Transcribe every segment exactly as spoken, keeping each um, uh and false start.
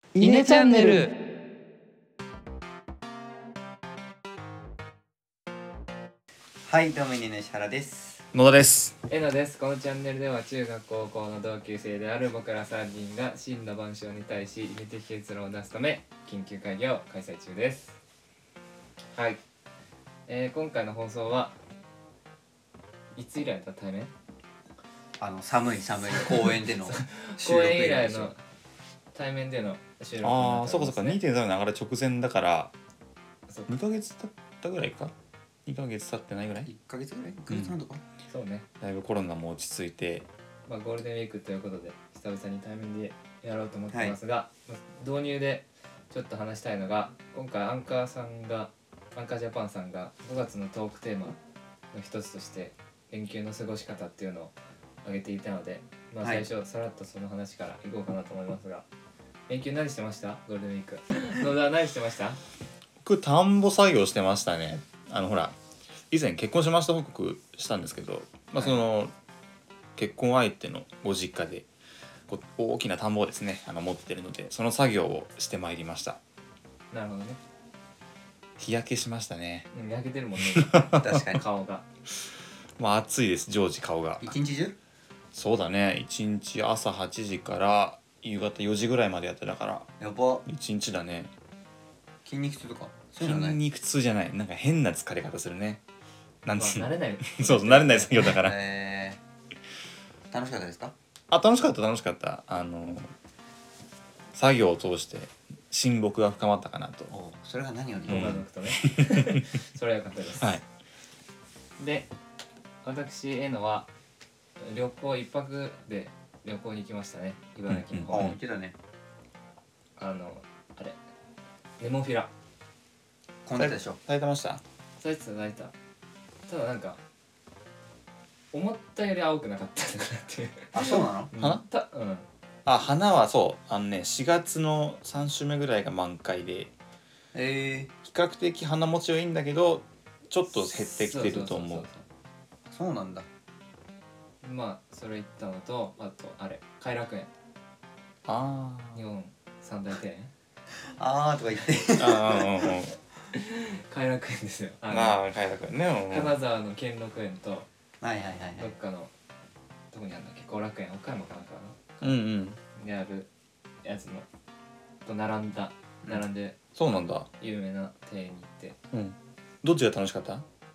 イネチャンネル。 はい、どうもイネの石原です。 野田です。 えなです。このチャンネルでは中学高校の同級生である僕らさんにんが真の万象に対し意味的結論を出すため緊急会議を開催中です。はい、えー、今回の放送はいつ以来だ対面？ あの寒い寒い公園での収公録演以来でしょ。 の対面での収録になああ、 っておりますね。 そうかそうか、にてんゼロ の流れ直前だからそうかにかげつ経ったぐらいか。にかげつ経ってないぐらい。 いっかげつぐらい？いっかげつはんとか、 そうね。 だいぶコロナも落ち着いて、 まあ、ゴールデンウィークということで久々に対面でやろうと思ってますが、まあ導入でちょっと話したいのが、今回アンカーさんがアンカージャパンさんがごがつのトークテーマの一つとして連休の過ごし方っていうのを挙げていたので、まあ、 はい最初さらっとその話からいこうかなと思いますが、連休何してました？ゴールデンウィーク野田は何してました？ 僕田んぼ作業してましたね。あのほら以前結婚しました報告したんですけど、まあ、その、はい、結婚相手のご実家でこう大きな田んぼをですねあの持ってるので、その作業をしてまいりました。 なるほどね。 日焼けしましたね。 うん、焼けてるもんね確かに顔が。 まあ暑いです常時顔が。 一日中？ そうだね、一日朝はちじから夕方よじぐらいまでやってたからやば。 一日だね。 筋肉痛とかそう筋いうのない？ 肉痛じゃない、なんか変な疲れ方するね。なんつうの、 まあ、慣れないそうそう慣れない作業だからえー、楽しかったですか？ あ、楽しかった楽しかった。あの作業を通して親睦が深まったかなと。 おそれが何より、 ご家族とねそれは良かったです、 はい。 で、私えのは旅行一泊で旅行に行きましたね。茨城のあ、 方に、 言ってたね。 あのあれネモフィラ混んでたでしょ。 されてました。 咲いてた咲いてた。ただなんか思ったより青くなかったなっていうあ、そうなの？ 花たうんあ、花はそうあのねしがつのさん週目ぐらいが満開で、 えー、 比較的花持ちはいいんだけどちょっと減ってきてると思う。 そうそうそうそうそうなんだ。 まあそれ行ったのと、あとあれ偕楽園、 あ日本三大庭園あーとか言ってーあーうんうんうん偕楽園ですよ。あのまあ快楽ね、うんうん、 金沢の兼六園とはいはいはいはい。 どっかのどこにあるんだっけ、後楽園岡山かなんかうんうんにあるやつのと並んだうん並んでそうなんだ。 有名な庭園に行って、 うんどっちが楽しかった？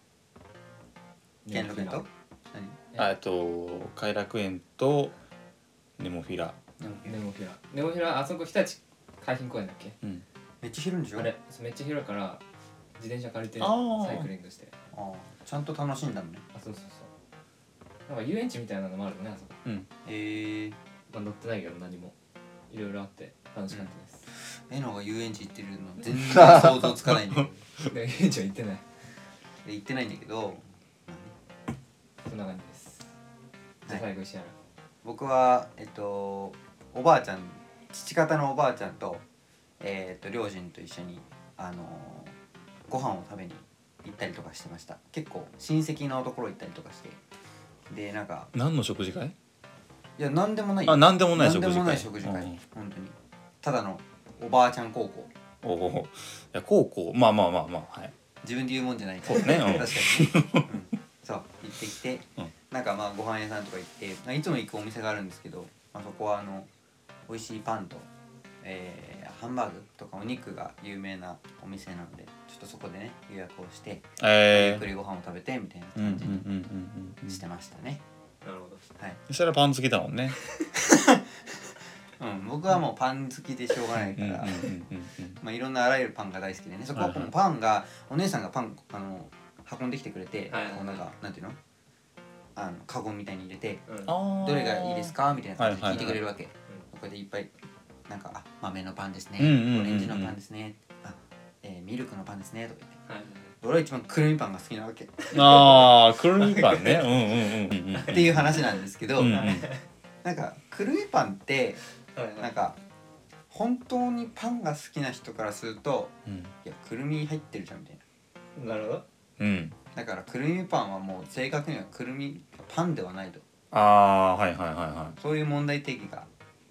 兼六園とえあえっと偕楽園とネモフィラ。 ネモフィラネモフィラあそこ日立海浜公園だっけ？ うんめっちゃ広いんでしょ？ あれめっちゃ広いから自転車借りてあーサイクリングして、 あーちゃんと楽しんだのね。 あそうそうそう、なんか遊園地みたいなのもあるのねあそこ。 うんえー、 まあ乗ってないけど何もいろいろあって楽しかったです、 えのが遊園地行ってるの全然想像つかないんだけどで遊園地は行ってない。 で行ってないんだけど、 そんな感じです。じゃあはい最後石原。 僕はえっとおばあちゃん父方のおばあちゃんとえっと両親と一緒にあのご飯を食べに行ったりとかしてました。結構親戚のところ行ったりとかして、でなんか何の食事会？ いや何でもないよ。 あ、何でもない食事会。 何でもない食事会、 うん本当にただのおばあちゃん高校。 おお、いや高校まあまあまあまあはい。 自分で言うもんじゃないかそうね、うん、 確かに、ねうん、そう行ってきて、 うん、 なんかまあご飯屋さんとか行ってまあいつも行くお店があるんですけど、まあ、そこはあの美味しいパンと、えー、ハンバーグとかお肉が有名なお店なのでちょっとそこでね予約をして、 えー、 ゆっくりご飯を食べてみたいなうんうん感じうんにしてましたね。 なるほど。 はい、 そしたらパン好きだもんね。 うん、僕はもうパン好きでしょうがないから、 うんうんうんうんまあいろんなあらゆるパンが大好きでね、そこはもうパンがお姉さんがパンあの運んできてくれて、 はいはいはいこうなんかなんていうのあのカゴみたいに入れて、 うんあーどれがいいですかみたいな感じで聞いてくれるわけ、 いはいこれでいっぱいなんかあ豆のパンですね、 うんうんうんうんオレンジのパンですね、あ、えーミルクのパンですねとか言って、 はいはい俺は一番くるみパンが好きなわけっあーくるみパンね。うんうんうんうんていう話なんですけど、 うんうんなんかくるみパンってはいはいなんか本当にパンが好きな人からするとうんいやくるみ入ってるじゃんみたいな、 なるほど。 うんだからくるみパンはもう正確にはくるみパンではないと、 ああーはいはいはいはそういう問題定義が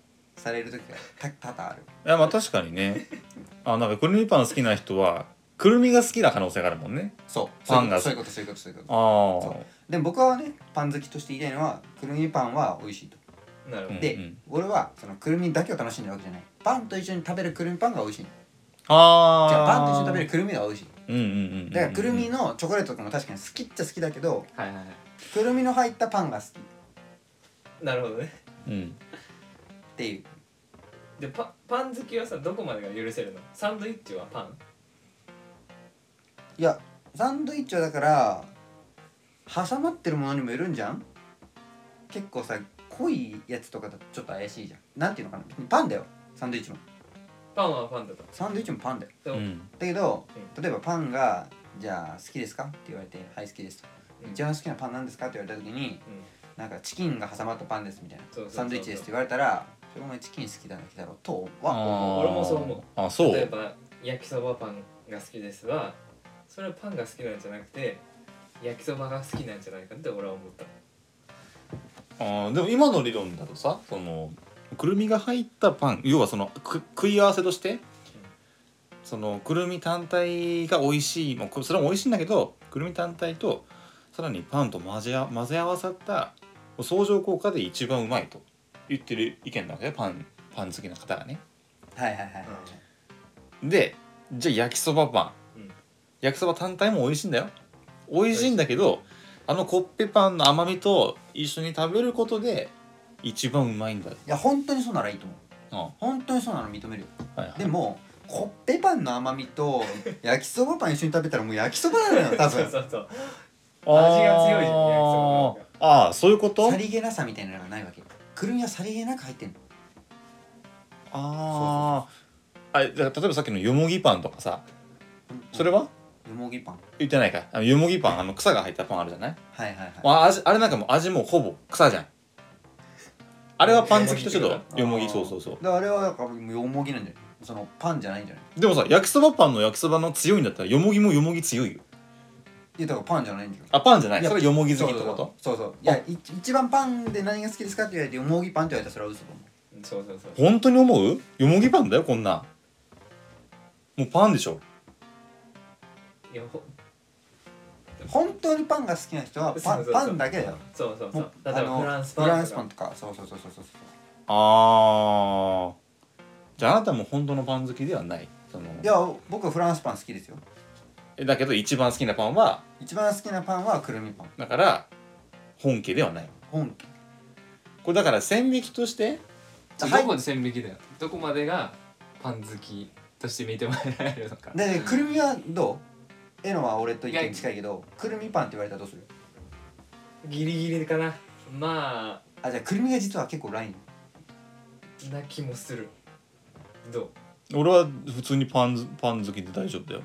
される時がた多々ある。 いやまあ確かにねあなんかくるみパン好きな人はくるみが好きな可能性があるもんね。 そうパンがそういうことそういうことそういうことああそうでも僕はねパン好きとして言いたいのはくるみパンは美味しいと。 なるほど、 で、 うんうん俺はそのくるみだけを楽しんでるわけじゃない。パンと一緒に食べるくるみパンが美味しい。 ああじゃあパンと一緒に食べるくるみが美味しい。 うんうんうんうんだからくるみのチョコレートとかも確かに好きっちゃ好きだけど、 はいはいはくるみの入ったパンが好きっいなるほどね。 うんていう。 でパパン好きはさどこまでが許せるの？サンドイッチはパン？ いやサンドイッチはだから挟まってるものにもよるんじゃん。結構さ濃いやつとかだとちょっと怪しいじゃん。なんていうのかな、パンだよサンドイッチも。 パンはパンだと。 サンドイッチもパンだよ。 でもうんだけど、 う例えばパンがじゃあ好きですかって言われてはい好きですと、 うん一番好きなパンなんですかって言われた時にうんなんかチキンが挟まったパンですみたいな、 そうそうそうそうサンドイッチですって言われたらそれお前チキン好きだだけだろうとは思う。 あー俺もそう思うあそう例えば焼きそばパンが好きですはそれはパンが好きなんじゃなくて焼きそばが好きなんじゃないかって俺は思った。 あーでも今の理論だとさそのくるみが入ったパン要はそのく食い合わせとしてそのくるみ単体が美味しいもうそれも美味しいんだけどくるみ単体とさらにパンと混ぜあ混ぜ合わさった相乗効果で一番うまいと言ってる意見だけどパンパン好きな方がね。 はいはいはいはいでじゃあ焼きそばパン、 うん焼きそば単体も美味しいんだよ美味しいんだけどあのコッペパンの甘みと一緒に食べることで一番うまいんだよ。 いや本当にそうならいいと思う。 あ本当にそうなの認めるよ。 はいはい、 でもコッペパンの甘みと焼きそばパン一緒に食べたらもう焼きそばなのよ多分。 そうそうそうあー味が強いじゃん焼きそばの方がああそういうことさりげなさみたいなのがないわけ。くるみはさりげなく入ってんの。 あああれだから例えばさっきのよもぎパンとかさそれはよもぎパン言ってないかあのよもぎパンあの草が入ったパンあるじゃない、 はいはいはい。 あ味あれなんかもう味もほぼ草じゃんあれはパン好きとしてどうよよもぎそうそうそうであれはなんかもうよもぎなんじゃないそのパンじゃないんじゃない。 でもさ焼きそばパンの焼きそばの強いんだったらよもぎもよもぎ強いよ。 いやだからパンじゃないんだよ。 あパンじゃないいやそれよもぎ好きってことそうそうそうそういやい一番パンで何が好きですかって言われてよもぎパンって言われたらそれは嘘だもん。 そうそうそう本当に思うよもぎパンだよこんなんもうパンでしょ。 いやほ本当にパンが好きな人はパンそうそうそうパンだけだよ。 そうそうそもうう例えばフランスパンフランスとかパンとかそうそうそうそうそうあーじゃああなたも本当のパン好きではないそのいや僕はフランスパン好きですよ。 えだけど一番好きなパンは一番好きなパンはくるみパン。 だから本家ではない本家これだから線引きとしてどこで線引きだよどこまでがパン好きとして認められるのか。 でくるみはどう？えのは俺と意見近いけどくるみパンって言われたらどうする？ ギリギリかなまあじゃあくるみが実は結構ライン。 あな気もする。どう？ 俺は普通にパンパン好きで大丈夫だよ。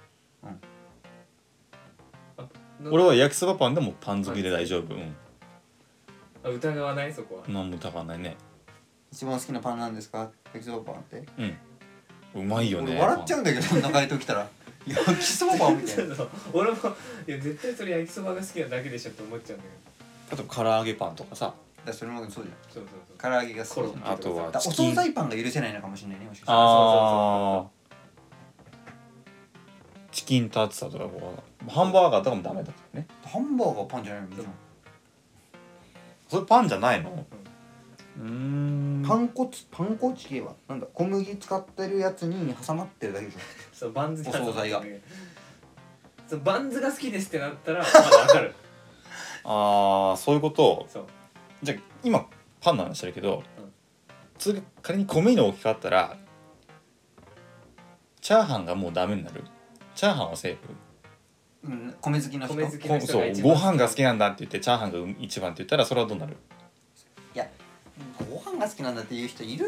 俺は焼きそばパンでもパン好きで大丈夫。うんあ疑わないそこは。 何も疑わないね。 一番好きなパンなんですか？焼きそばパンって。 うんうまいよね。 俺笑っちゃうんだけどそんな回答来たら焼きそばパンみたいな。 そうそう俺もいや絶対それ焼きそばが好きなだけでしょって思っちゃうんだけど。 あと唐揚げパンとかさだからそれもそうじゃん。 そうそうそう。 唐揚げが好きじゃん。 コロッケあとはだからおチキン惣菜パンが許せないのかもしれないねもしかしたら。 あーチキンタツタとかこうハンバーガーとかもダメだったよね。 ハンバーガーパンじゃないのもちろん。 それパンじゃないの？うーんパン粉つパン粉チゲはなんだ小麦使ってるやつに挟まってるだけでしょ。 そうバンズお惣菜がそうバンズが好きですってなったらまだわかる。 ああそういうこと。 そうじゃあ今パンの話してるけど、 うんそれが仮に米に置き換わったらチャーハンがもうダメになる。チャーハンはセーフ。 うん米好きの人。 米好きこそうな人が一番ご飯が好きなんだって言ってチャーハンが一番って言ったらそれはどうなる？ いやご飯が好きなんだっていう人いる？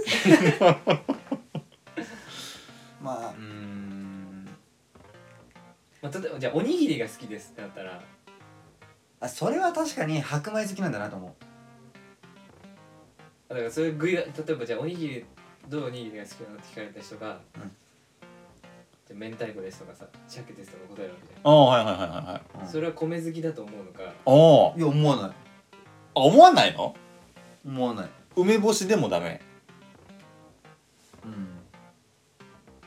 まあうーんまあ、例えばじゃあおにぎりが好きですってなったらあそれは確かに白米好きなんだなと思う。 だからそういう具が例えばじゃあおにぎりどうおにぎりが好きなのって聞かれた人が、 うんじゃあ明太子ですとかさ鮭ですとか答えるわけじああはいはいはいはいはい。 ゃん、それは米好きだと思うのかあいや思わないあ思わないの？ 思わない。 梅干しでもダメ。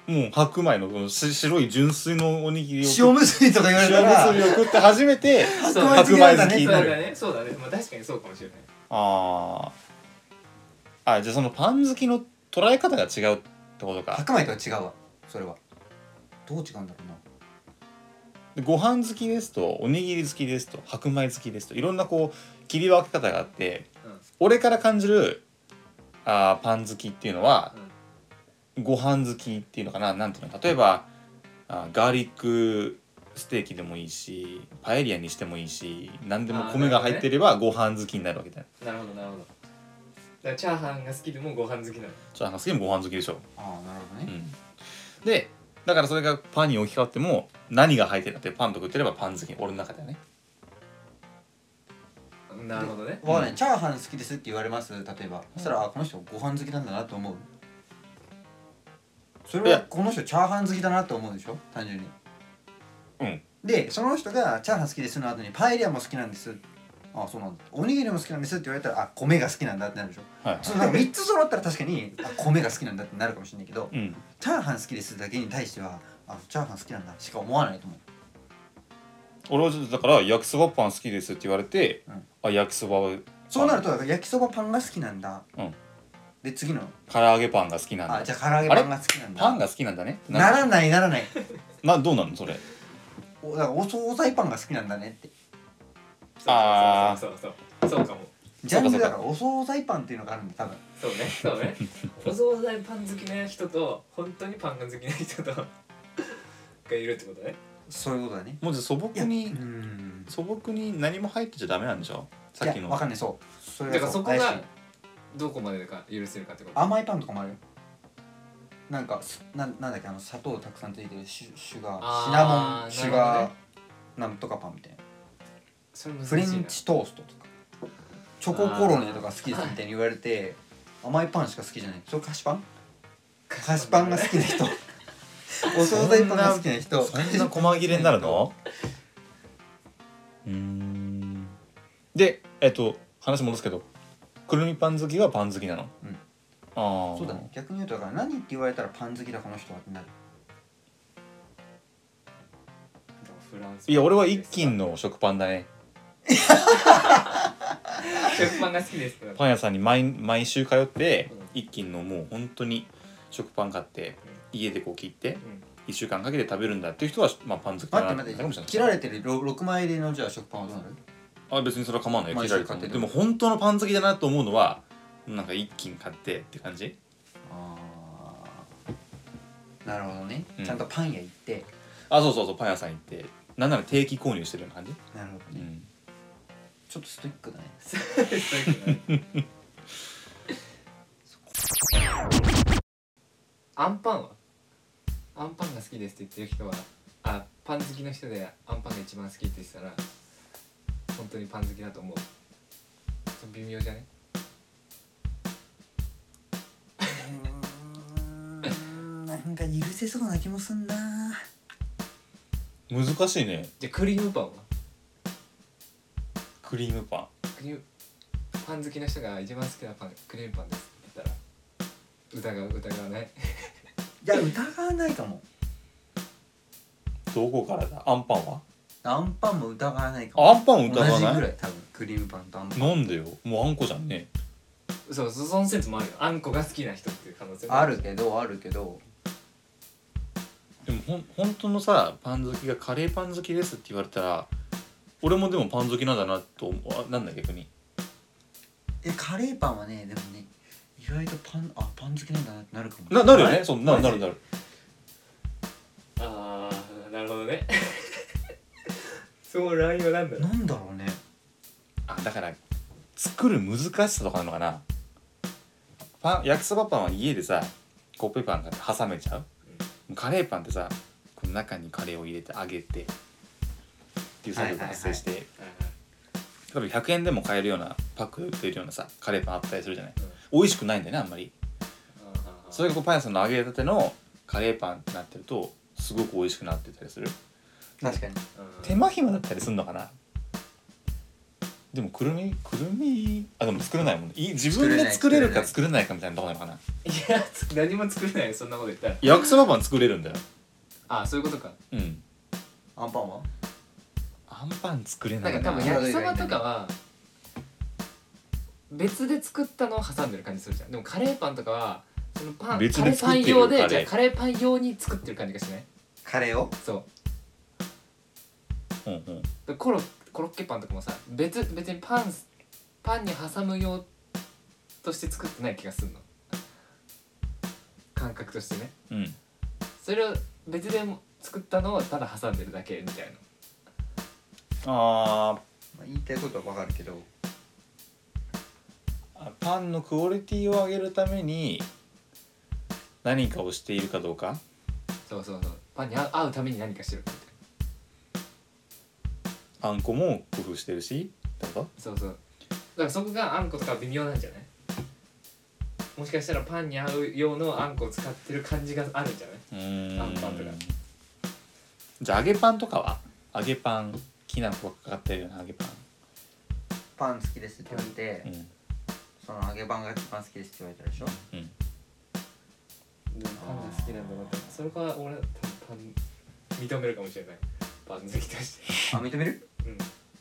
もう白米のこのし白い純粋のおにぎりを塩むすびとか言われたら塩むすびを食って初めてそう白米好きにそうだなる。 ねそうだね、まあ、確かにそうかもしれない。 あーあ、じゃあそのパン好きの捉え方が違うってことか。 白米とは違うわそれは。どう違うんだろうな。 でご飯好きですとおにぎり好きですと白米好きですといろんなこう切り分け方があって、 うん俺から感じるあーパン好きっていうのは、ご飯好きっていうのかな、なんていうの、例えばあガーリックステーキでもいいしパエリアにしてもいいし何でも米が入ってればご飯好きになるわけだよ。 なるほどなるほど。だからチャーハンが好きでもご飯好きなの。 チャーハン好きでもご飯好きでしょ。 ああなるほどね。 うんでだからそれがパンに置き換わっても何が入ってるかってパンと食ってればパン好き、俺の中ではね。 なるほどね。 わかんない、チャーハン好きですって言われます例えば、そしたらあこの人ご飯好きなんだなと思う。それはこの人チャーハン好きだなと思うでしょ単純に。 うんでその人がチャーハン好きですの後にパエリアも好きなんです、あそうなんだ、おにぎりも好きなんですって言われたらあ米が好きなんだってなるでしょ。 はい、 そのなんかみっつ揃ったら確かにあ米が好きなんだってなるかもしれないけど、 うん、 チャーハン好きですだけに対してはあチャーハン好きなんだしか思わないと思う。 俺はだから焼きそばパン好きですって言われて、 うんあ焼きそばはそうなるとだから焼きそばパンが好きなんだ、 うんで次の唐揚げパンが好きなんだ。 あじゃあ唐揚げパンが好きなんだパンが好きなんだね。 ならないならないなどうなのそれ。 おだからお惣菜パンが好きなんだねって。 あーそうそうそうそうそうかも。 ジャンルだからお惣菜パンっていうのがあるんだ多分。 そうねそうね。お惣菜パン好きな人と本当にパンが好きな人とがいるってことね。 そういうことだね。 もうじゃあ素朴にうん素朴に何も入ってちゃダメなんでしょ。さっきのいやわかんないそうそれだからそこ怪しいがどこまでか許せるかってこと。 甘いパンとかもあるよ。なんかすななんだっけあの砂糖たくさんついてるシュシュガーあーシナモンシュガーなるほどねなんとかパンみたいな。 それ難しいフレな。 ンチトーストとかチョココロネとか好きですみたいに言われて甘いパンしか好きじゃない。それ菓子パン菓子パンが好きな人お惣菜パンが好きな人そんな細切れになるの。うーんでえっと話戻すけどくるみパン好きはパン好きなの。 うんああそうだね。逆に言うとだから何って言われたらパン好きだこの人はってなる。 フランスいや俺は一斤の食パンだね。 食パンが好きですから。 パン屋さんに毎毎週通ってうん一斤のもう本当に食パン買って家でこう切ってうんいっしゅうかんかけて食べるんだっていう人はまあパン好きだな待って待ってかもしれない。 切られてるろくまい入りのじゃあ食パンはどうなる。 あ別にそれは構わないよ毎切られて週買ってるもでも本当のパン好きだなと思うのはなんか一斤買ってって感じ。 あーなるほどね、 うんちゃんとパン屋行って。 あそうそうそうパン屋さん行ってなんなら定期購入してるような感じ。 なるほどね、 うんちょっとストイックだね。 アンパンはアンパンが好きですって言ってる人はあパン好きの人でアンパンが一番好きって言ってたら本当にパン好きだと思う。それ微妙じゃね。 うーんなんか許せそうな気もすんな。 難しいね。 じゃあクリームパンはクリームパンクリームパン好きの人が一番好きなパンクリームパンですって言ったら疑う疑わない。 いや疑わないかも。 どこからだ。アンパンはアンパンも疑わないかも。 アンパン疑わ同じないぐらい多分クリームパンとアンパンなんでよもうあんこじゃんね。 そうそうその説もあるよ。あんこが好きな人っていう可能性もあるけどあるけどでもほん本当のさパン好きがカレーパン好きですって言われたら俺もでもパン好きなんだなと思う。あなんだ逆にえカレーパンはねでもね意外とパンあパン好きなんだなってなるかも。 ななるよね。そうなるなるなる。 ああなるほどね。そのラインは何だろう。 なんだろうね。 あだから作る難しさとかなのかな。パン焼きそばパンは家でさコッペパンが挟めちゃう。カレーパンってさこの中にカレーを入れて揚げてっていう作業が発生して、 はいはい例えばひゃくえんでも買えるようなパックで売ってるようなさカレーパンあったりするじゃない。 うん美味しくないんだよねあんまり。それがこうパン屋さんの揚げたてのカレーパンってなってるとすごく美味しくなってたりする。 確かに。 手間暇だったりするのかな。 でもくるみくるみあでも作れないもんね。い自分で作れるか作れないかみたいなところなのかな。 いやつ何も作れないよそんなこと言ったら。 焼きそばパン作れるんだよ。 ああそういうことか。 うん。 アンパンはあんパン作れななんいな。 か多分焼きそばとかは別で作ったのを挟んでる感じするじゃん。でもカレーパンとかはそのパン別カレーパンで作ってる用でカレーじゃあカレーパン用に作ってる感じがしない？ カレーをそううんうん。 でコロコロッケパンとかもさ別別にパンパンに挟む用として作ってない気がするの感覚としてね。 うん。 それを別でも作ったのをただ挟んでるだけみたいな。 あまあ、言いたいことはわかるけどーパンのクオリティを上げるために何かをしているかどうか。 そうそうそうパンに合う合うために何かしてるみたいな。 あんこも工夫してるしってこそうそうだからそこがあんことか微妙なんじゃない？もしかしたらパンに合う用のあんこを使ってる感じがあるんじゃない？ と。うーん。 あんパンとか。 じゃあ揚げパンとかは揚げパンきな粉がかかってるような揚げパン。 パン好きですって言われて、 うんその揚げパンが一番好きですって言われたでしょ。 うん。 でもパンが好きなんだなってそれから俺多分パン認めるかもしれないパン好きとしてあ、認める？ うん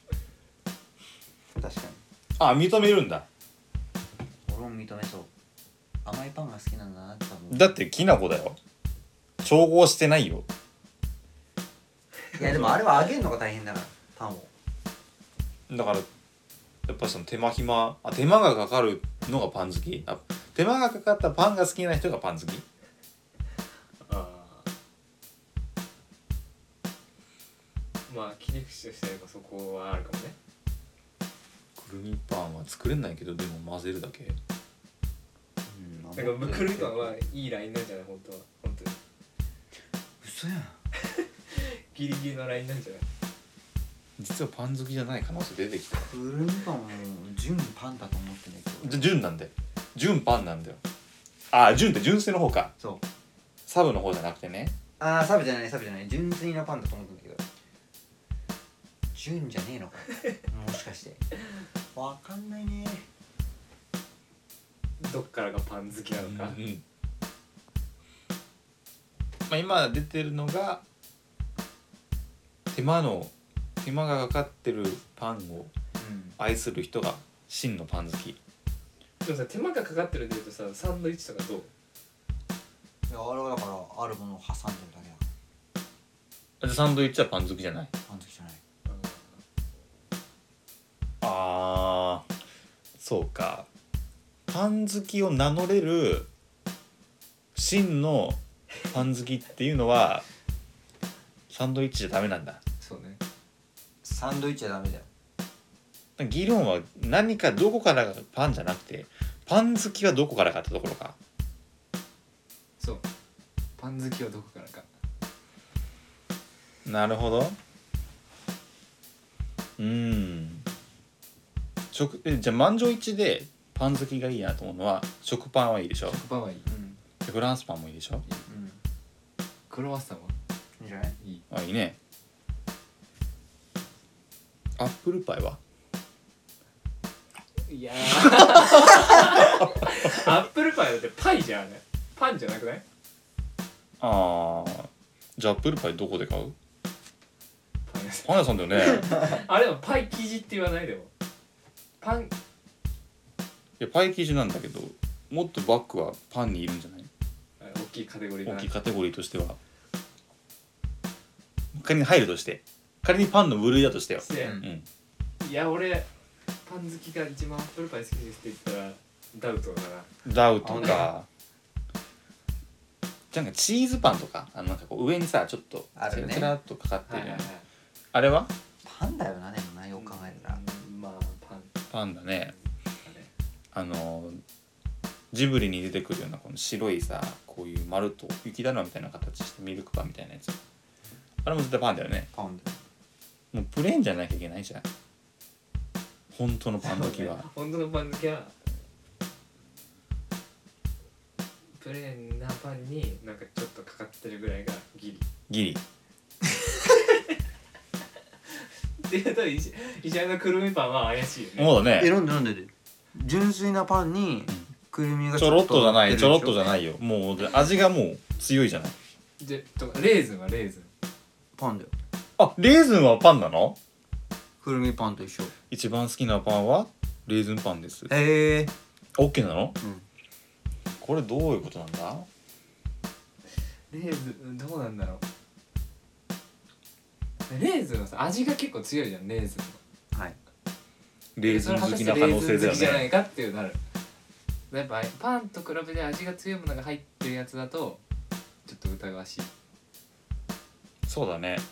確かにあ認めるんだ。 俺も認めそう。甘いパンが好きなんだなって多分。 だってきな粉だよ。調合してないよ。 いやでもあれは揚げるのが大変だからパンを。 だからやっぱその手間暇あ手間がかかるのがパン好き。あ手間がかかったパンが好きな人がパン好き。 ああまあ切り口としてはそこはあるかもね。 くるみパンは作れないけどでも混ぜるだけ。 うん、 なんかくるみパンはいいラインなんじゃない本当は本当に嘘やん。 ギリギリのラインなんじゃない？ 実はパン好きじゃない可能性出てきた。 くるみパンも純パンだと思ってんだけど。 じゃ純なんだよ。純パンなんだよ。あ純って純粋の方か。 そう。 サブの方じゃなくてね。 ああサブじゃないサブじゃない純粋なパンだと思ってんだけど。純じゃねえのか。もしかして。わかんないね。 どっからがパン好きなのか。 うんうんまあ、今出てるのが手間の手間がかかってるパンをうん。 愛する人が真のパン好き。 でもさ手間がかかってるんで言うとさサンドイッチとかどう？ いやあれはだからあるものを挟んでるだけだ。 でサンドイッチはパン好きじゃない。 パン好きじゃない。 あーそうか。パン好きを名乗れる真のパン好きっていうのはサンドイッチじゃダメなんだ。 そうね。 サンドイッチはダメだよ。 議論は何かどこからがパンじゃなくてパン好きはどこからかってところか。 そうパン好きはどこからか。 なるほど。うーん食えじゃあ満場一致でパン好きがいいなと思うのは食パンはいいでしょ。 食パンはいい。 うんでフランスパンもいいでしょ。 うんクロワッサンはいいんじゃない？ いい。 あいいね。アップルパイはいやアップルパイだってパイじゃんね。パンじゃなくない？ あーじゃあアップルパイどこで買う？ パン屋さんパン屋さんだよね。 あれでもパイ生地って言わないでもパンいやパイ生地なんだけどもっとバックはパンにいるんじゃない？ 大きいカテゴリーだな。 大きいカテゴリーとしては仮に入るとして仮にパンの部類だとしてよ。 せやうんんいや俺パン好きが一番アップルパイ好きですって言ったらダウトだな。 ダウトか。なんかチーズパンとかあのなんかこう上にさちょっとあるねチラッとかかってるよね。 はいはいはい。 あれはパンだよなでもなよく考えたら。 うんまあパンパンだね。 だね。 あのジブリに出てくるようなこの白いさこういう丸と雪だるまみたいな形してミルクパンみたいなやつあれも絶対パンだよね。 パンだよ。 もうプレーンじゃなきゃいけないじゃん本当のパン好きは。 本当のパン好きはプレーンなパンになんかちょっとかかってるぐらいがギリギリっていうと石石原のくるみパンは怪しいよね。 そうだね。 えなんでなんでで純粋なパンにくるみがちょろっとじゃないちょろっとじゃいないよ。もう味がもう強いじゃない。 でとかレーズンはレーズン。 パンだよ。 あ、レーズンはパンなの？ くるみパンと一緒。 一番好きなパンはレーズンパンです。 へえ。 オッケーなの？ うん。 これどういうことなんだ？ レーズンどうなんだろう。レーズンはさ味が結構強いじゃんレーズンの。 はい。 レーズン好きな可能性だレーズン好よね。 きじゃないかっていうなる。やっぱパンと比べて味が強いものが入ってるやつだとちょっと疑わしい。 そうだね。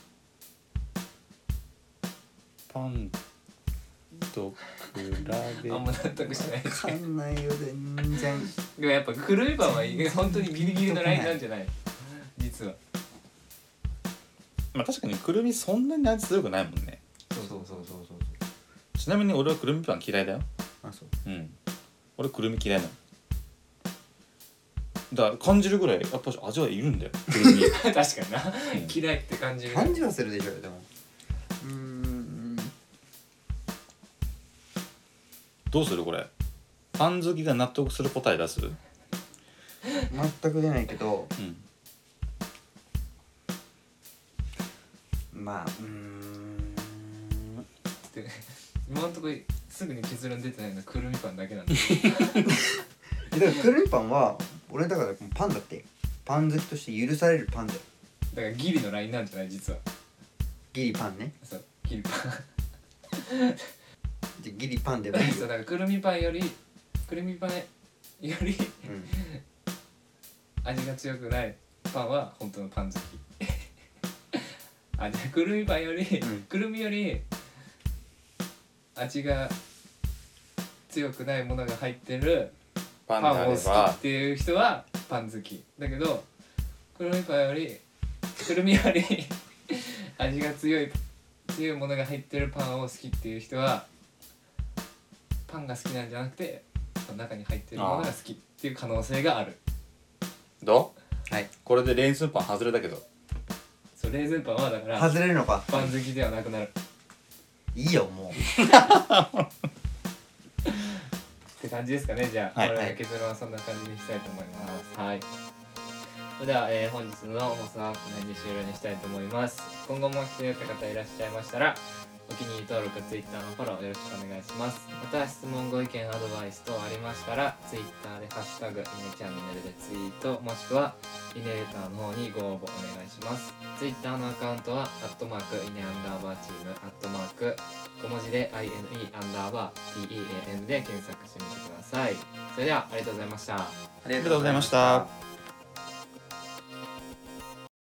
パンと比べあんま納得しない。 わかんないよ全然。 でもやっぱくるみパンは本当にギリギリのラインなんじゃない実は。 まあ確かにくるみそんなに味強くないもんね。 そうそうそうそうそうちなみに俺はくるみパン嫌いだよ。 あそう。 うん。俺くるみ嫌いなの。だから感じるぐらいやっぱ味はいるんだよ。くるみ。 確かにな、 うん嫌いって感じる。 感じはするでしょでも。うーん。 どうするこれ？パン好きが納得する答え出す？ 全く出ないけど、 うん。 まあうーん。 で今のところすぐに結論出てないのはくるみパンだけなんだ。 だからくるみパンは俺だからパンだってパン好きとして許されるパンだよ。 だからギリのラインなんじゃない実は。 ギリパンね。 そうギリパン。 じゃギリパンでもいいそうよ。 だからくるみパンよりくるみパンよりうん。 味が強くないパンは本当のパン好き。あじゃあくるみパンより、 うんくるみより味が強くないものが入ってるパパンを好きンであればっていう人はパン好きだけどくるみパンよりくるみより味が強い強いものが入ってるパンを好きっていう人はパンが好きなんじゃなくてその中に入ってるものが好きっていう可能性がある。 どう？ はい。 これでレーズンパン外れだけど。 そうレーズンパンはだから外れるのか。 パン好きではなくなるいいよもって感じですかね。じゃあ、 はいこれの結論はそんな感じにしたいと思います。はい。それでは、えー本日の放送はこの辺で終了にしたいと思います。今後も来てくれた方いらっしゃいましたらお気に入り登録、Twitter のフォローよろしくお願いします。また質問、ご意見、アドバイス等ありましたら Twitter でハッシュタグイネチャンネルでツイートもしくはイネレターの方にご応募お願いします。Twitter のアカウントはアットマークイネアンダーバーチームアットマーク小文字で アイエヌイー アンダーバー ティーイーエーエヌ で検索してみてください。それではありがとうございました。 う。ありありがとうございました。